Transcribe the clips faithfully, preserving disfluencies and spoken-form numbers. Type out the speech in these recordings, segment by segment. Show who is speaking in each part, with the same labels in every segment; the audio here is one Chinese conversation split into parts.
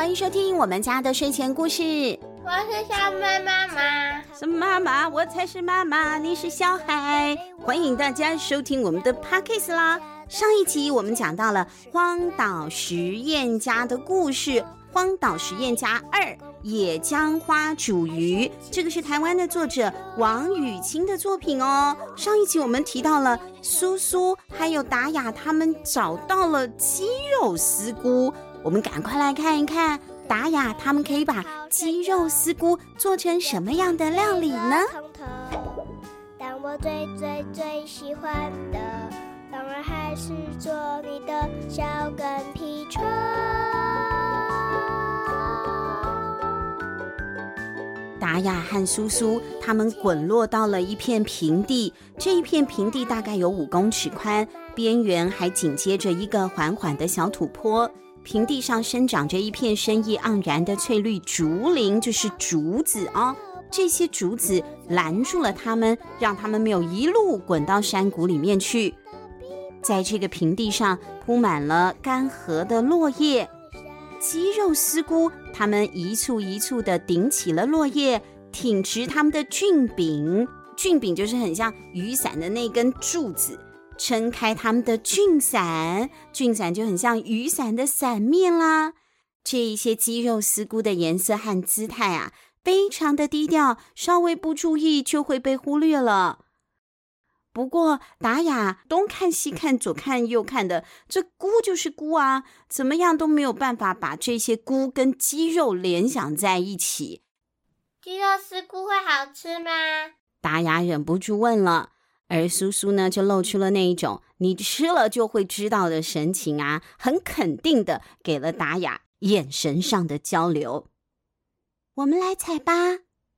Speaker 1: 欢迎收听我们家的睡前故事。
Speaker 2: 我是小妹妈妈。
Speaker 1: 什么妈妈？我才是妈妈，你是小孩。欢迎大家收听我们的 Podcast 啦。上一集我们讲到了荒岛实验家的故事，荒岛实验家二野姜花煮鱼，这个是台湾的作者王雨清的作品哦。上一集我们提到了苏苏还有达雅他们找到了鸡肉丝菇，我们赶快来看一看达雅他们可以把鸡肉丝菇做成什么样的料理呢？
Speaker 2: 但我最最最喜欢的当然还是做你的小跟屁虫。
Speaker 1: 达雅和苏苏他们滚落到了一片平地，这一片平地大概有五公尺宽，边缘还紧接着一个缓缓的小土坡。平地上生长着一片生意盎然的翠绿竹林，就是竹子哦。这些竹子拦住了他们，让他们没有一路滚到山谷里面去。在这个平地上铺满了干涸的落叶，鸡肉丝菇他们一簇一簇地顶起了落叶，挺直他们的菌柄，菌柄就是很像雨伞的那根柱子，撑开他们的菌伞，菌伞就很像雨伞的伞面啦。这一些鸡肉丝菇的颜色和姿态啊，非常的低调，稍微不注意就会被忽略了。不过达雅东看西看左看右看的，这菇就是菇啊，怎么样都没有办法把这些菇跟鸡肉联想在一起。
Speaker 2: 鸡肉丝菇会好吃吗？
Speaker 1: 达雅忍不住问了，而苏苏呢就露出了那一种你吃了就会知道的神情啊，很肯定的给了达雅眼神上的交流。我们来采吧。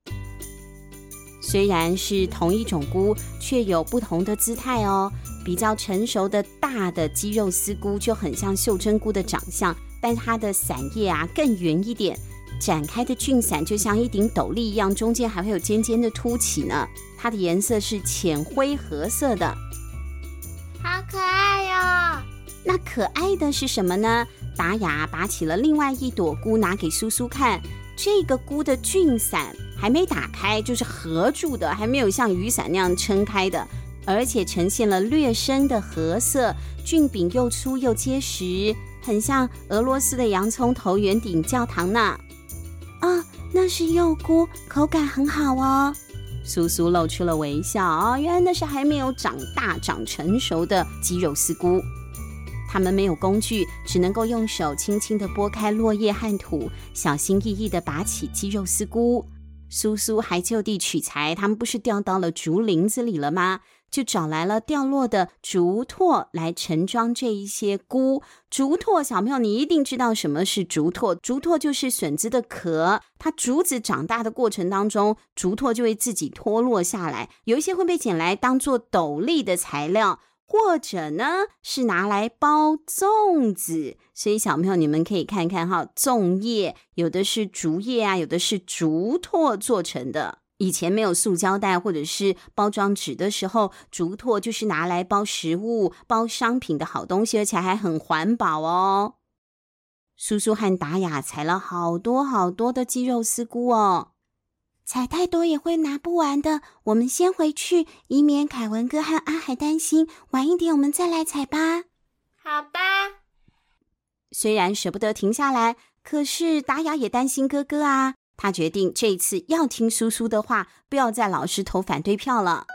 Speaker 1: 虽然是同一种菇，却有不同的姿态哦。比较成熟的大的鸡肉丝菇就很像袖珍菇的长相，但它的伞叶啊更圆一点，展开的菌伞就像一顶斗笠一样，中间还会有尖尖的凸起呢。它的颜色是浅灰褐色的，
Speaker 2: 好可爱哦。
Speaker 1: 那可爱的是什么呢？达雅拔起了另外一朵菇拿给苏苏看，这个菇的菌伞还没打开，就是合住的，还没有像雨伞那样撑开的，而且呈现了略深的褐色，菌柄又粗又结实，很像俄罗斯的洋葱头圆顶教堂呢。啊，那是柚菇，口感很好哦。苏苏露出了微笑，哦，原来那是还没有长大长成熟的鸡肉丝菇。他们没有工具，只能够用手轻轻地拨开落叶和土，小心翼翼地拔起鸡肉丝菇。苏苏还就地取材，他们不是掉到了竹林子里了吗？就找来了掉落的竹拓来盛装这一些菇。竹拓，小朋友你一定知道什么是竹拓，竹拓就是笋子的壳，它竹子长大的过程当中，竹拓就会自己脱落下来，有一些会被捡来当做斗笠的材料，或者呢是拿来包粽子。所以小朋友你们可以看看哈，粽叶有的是竹叶啊，有的是竹拓做成的。以前没有塑胶袋或者是包装纸的时候，竹拓就是拿来包食物包商品的好东西，而且还很环保哦。苏苏和达雅采了好多好多的鸡肉丝菇哦，采太多也会拿不完的，我们先回去，以免凯文哥和阿海担心，晚一点我们再来采吧。
Speaker 2: 好吧。
Speaker 1: 虽然舍不得停下来，可是达雅也担心哥哥啊，他决定这一次要听苏苏的话，不要再老是投反对票了。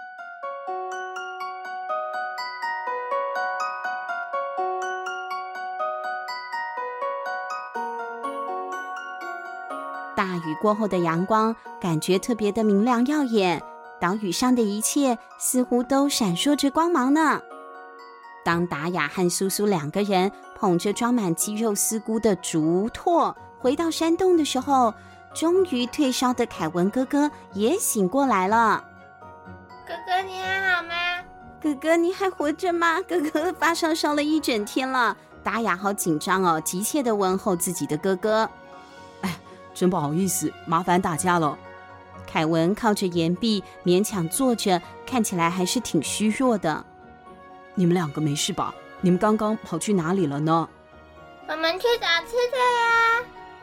Speaker 1: 大雨过后的阳光感觉特别的明亮耀眼，岛屿上的一切似乎都闪烁着光芒呢。当达雅和苏苏两个人捧着装满鸡肉丝菇的竹拓回到山洞的时候，终于退烧的凯文哥哥也醒过来了。
Speaker 2: 哥哥你还好吗？
Speaker 1: 哥哥你还活着吗？哥哥发烧烧了一整天了。达雅好紧张哦，急切地问候自己的哥哥。
Speaker 3: 哎，真不好意思，麻烦大家了。
Speaker 1: 凯文靠着岩壁勉强坐着，看起来还是挺虚弱的。
Speaker 3: 你们两个没事吧？你们刚刚跑去哪里了呢？
Speaker 2: 我们去找吃的呀。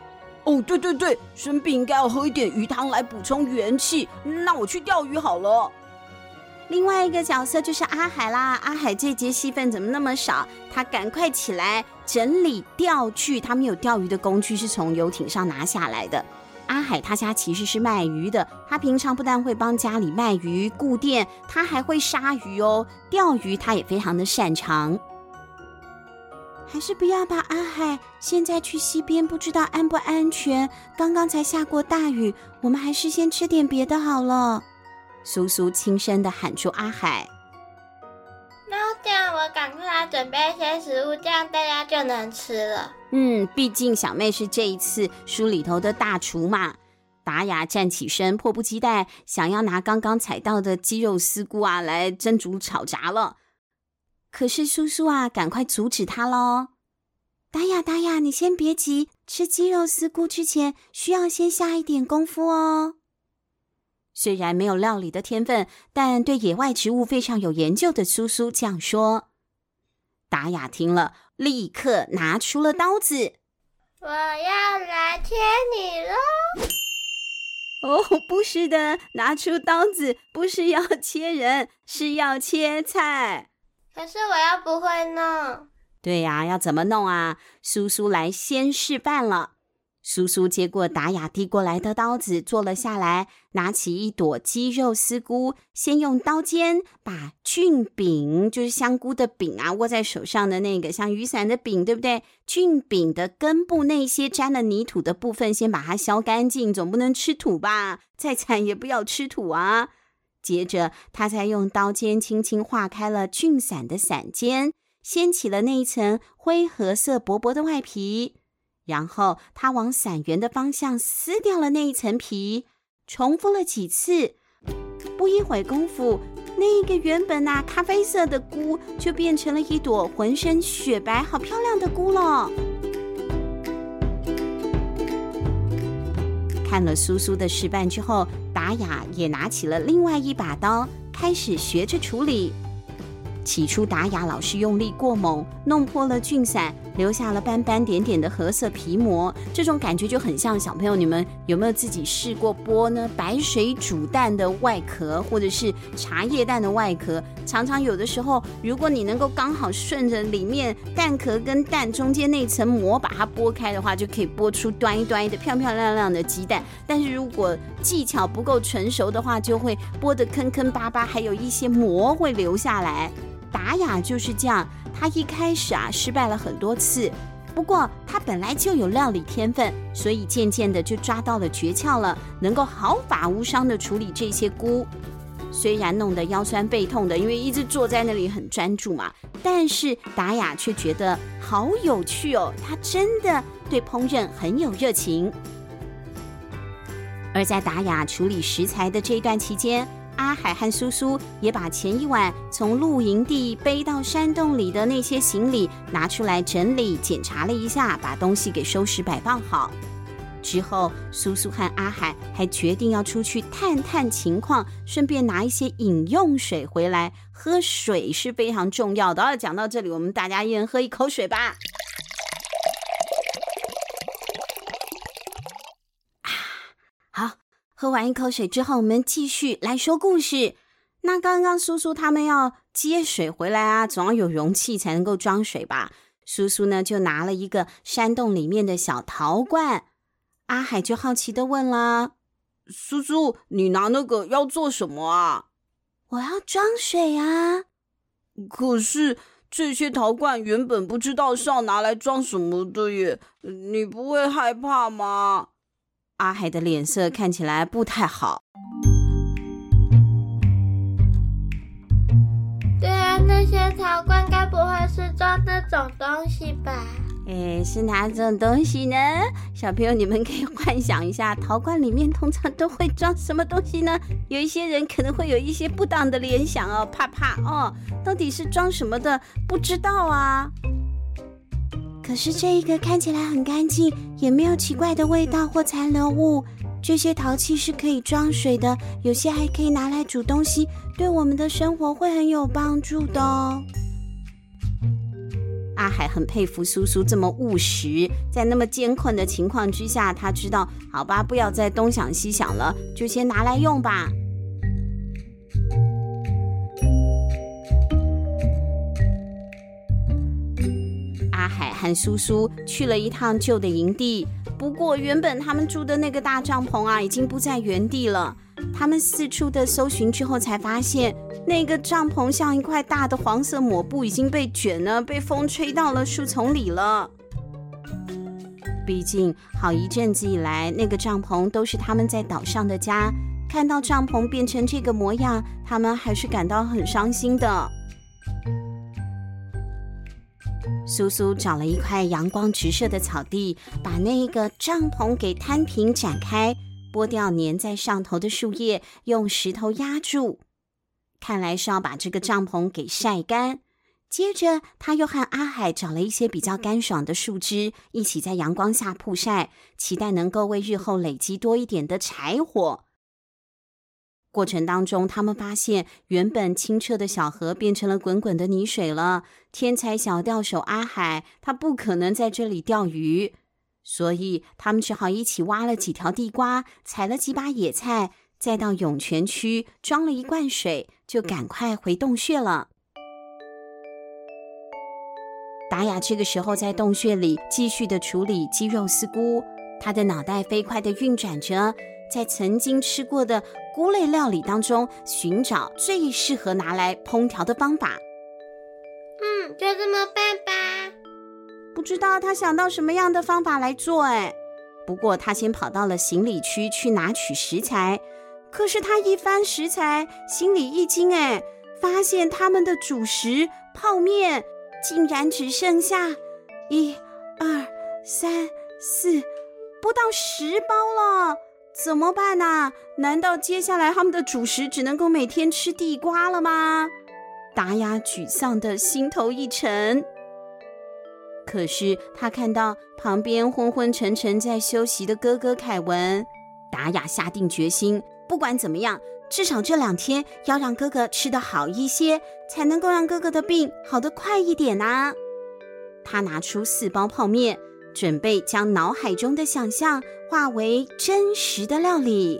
Speaker 3: 哦，对对对，生病应该要喝一点鱼汤来补充元气，那我去钓鱼好了。
Speaker 1: 另外一个角色就是阿海啦，阿海这节戏份怎么那么少？他赶快起来整理钓具，他们有钓鱼的工具是从游艇上拿下来的。阿海他家其实是卖鱼的，他平常不但会帮家里卖鱼顾店，他还会杀鱼哦，钓鱼他也非常的擅长。还是不要吧，阿海，现在去溪边不知道安不安全，刚刚才下过大雨，我们还是先吃点别的好了。苏苏轻声地喊出阿海。
Speaker 2: 那这样我赶快来准备一些食物，这样大家就能吃了。
Speaker 1: 嗯，毕竟小妹是这一次书里头的大厨嘛。达雅站起身，迫不及待想要拿刚刚采到的鸡肉丝菇啊来蒸煮炒炸了。可是苏苏啊，赶快阻止他咯。达雅，达雅，你先别急，吃鸡肉丝菇之前需要先下一点功夫哦。虽然没有料理的天分，但对野外植物非常有研究的苏苏这样说。达雅听了，立刻拿出了刀子。
Speaker 2: 我要来切你咯。
Speaker 1: 哦，不是的，拿出刀子不是要切人，是要切菜。
Speaker 2: 可是我又不会弄。
Speaker 1: 对呀，要怎么弄啊？苏苏来先示范了。苏苏接过达雅递过来的刀子，坐了下来，拿起一朵鸡肉丝菇，先用刀尖把菌柄，就是香菇的柄啊，握在手上的那个像雨伞的柄，对不对？菌柄的根部那些沾了泥土的部分，先把它削干净，总不能吃土吧？再惨也不要吃土啊！接着，他才用刀尖轻轻划开了菌伞的伞尖，掀起了那一层灰褐色薄薄的外皮。然后他往伞缘的方向撕掉了那一层皮，重复了几次。不一会功夫，那个原本啊咖啡色的菇就变成了一朵浑身雪白好漂亮的菇了。看了苏苏的示范之后，达雅也拿起了另外一把刀，开始学着处理。起初达雅老是用力过猛，弄破了菌伞，留下了斑斑点点的褐色皮膜。这种感觉就很像小朋友，你们有没有自己试过剥呢？白水煮蛋的外壳，或者是茶叶蛋的外壳，常常有的时候，如果你能够刚好顺着里面蛋壳跟蛋中间那层膜把它剥开的话，就可以剥出端一端一的漂漂亮亮的鸡蛋。但是如果技巧不够成熟的话，就会剥得坑坑巴巴，还有一些膜会留下来。达雅就是这样，他一开始啊失败了很多次，不过他本来就有料理天分，所以渐渐的就抓到了诀窍了，能够毫发无伤的处理这些菇。虽然弄得腰酸背痛的，因为一直坐在那里很专注嘛，但是达雅却觉得好有趣哦，他真的对烹饪很有热情。而在达雅处理食材的这一段期间，阿海和苏苏也把前一晚从露营地背到山洞里的那些行李拿出来整理检查了一下，把东西给收拾摆放好。之后苏苏和阿海还决定要出去探探情况，顺便拿一些饮用水回来，喝水是非常重要的。而讲到这里，我们大家一人喝一口水吧。好，喝完一口水之后，我们继续来说故事。那刚刚苏苏他们要接水回来啊，总要有容器才能够装水吧。苏苏呢就拿了一个山洞里面的小陶罐。阿海就好奇地问了，
Speaker 3: 苏苏，你拿那个要做什么啊？
Speaker 1: 我要装水啊。
Speaker 3: 可是这些陶罐原本不知道是要拿来装什么的耶，你不会害怕吗？
Speaker 1: 阿海的脸色看起来不太好。
Speaker 2: 对啊，那些陶罐该不会是装那种东西吧？
Speaker 1: 诶，是哪种东西呢？小朋友，你们可以幻想一下，陶罐里面通常都会装什么东西呢？有一些人可能会有一些不当的联想哦，怕怕哦，到底是装什么的？不知道啊。可是这一个看起来很干净，也没有奇怪的味道或残留物。这些陶器是可以装水的，有些还可以拿来煮东西，对我们的生活会很有帮助的哦。 阿海很佩服苏苏这么务实，在那么艰困的情况之下，他知道好吧，不要再东想西想了，就先拿来用吧。阿海和苏苏去了一趟旧的营地，不过原本他们住的那个大帐篷啊，已经不在原地了。他们四处的搜寻之后，才发现那个帐篷像一块大的黄色抹布，已经被卷了，被风吹到了树丛里了。毕竟好一阵子以来，那个帐篷都是他们在岛上的家，看到帐篷变成这个模样，他们还是感到很伤心的。苏苏找了一块阳光直射的草地，把那个帐篷给摊平展开，剥掉粘在上头的树叶，用石头压住，看来是要把这个帐篷给晒干。接着他又和阿海找了一些比较干爽的树枝，一起在阳光下曝晒，期待能够为日后累积多一点的柴火。过程当中，他们发现原本清澈的小河变成了滚滚的泥水了。天才小钓手阿海，他不可能在这里钓鱼，所以他们只好一起挖了几条地瓜，采了几把野菜，再到涌泉区装了一罐水，就赶快回洞穴了。达雅这个时候在洞穴里继续的处理鸡肉丝菇，他的脑袋飞快的运转着，在曾经吃过的菇类料理当中寻找最适合拿来烹调的方法。
Speaker 2: 嗯，就这么办吧。
Speaker 1: 不知道他想到什么样的方法来做哎。不过他先跑到了行李区去拿取食材，可是他一翻食材，心里一惊哎，发现他们的主食泡面竟然只剩下一、二、三、四，不到十包了。怎么办啊？难道接下来他们的主食只能够每天吃地瓜了吗？达雅沮丧的心头一沉。可是他看到旁边昏昏沉沉在休息的哥哥凯文，达雅下定决心，不管怎么样，至少这两天要让哥哥吃得好一些，才能够让哥哥的病好得快一点啊。他拿出四包泡面，准备将脑海中的想象化为真实的料理。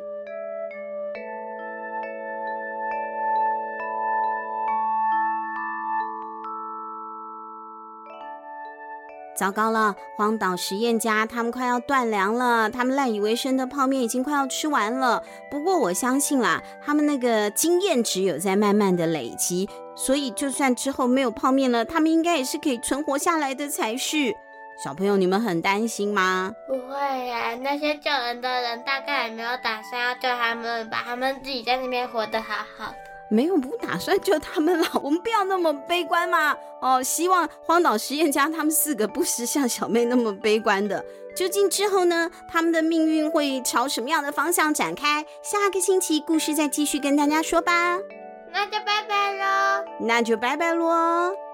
Speaker 1: 糟糕了，荒岛实验家他们快要断粮了，他们赖以为生的泡面已经快要吃完了。不过我相信啦，他们那个经验值有在慢慢的累积，所以就算之后没有泡面了，他们应该也是可以存活下来的才是。小朋友，你们很担心吗？
Speaker 2: 不会啊，那些救人的人大概也没有打算要救他们吧，他们自己在那边活得好好。
Speaker 1: 没有不打算救他们了，我们不要那么悲观嘛。哦，希望荒岛实验家他们四个不是像小妹那么悲观的。究竟之后呢，他们的命运会朝什么样的方向展开？下个星期故事再继续跟大家说吧。
Speaker 2: 那就拜拜咯。
Speaker 1: 那就拜拜咯。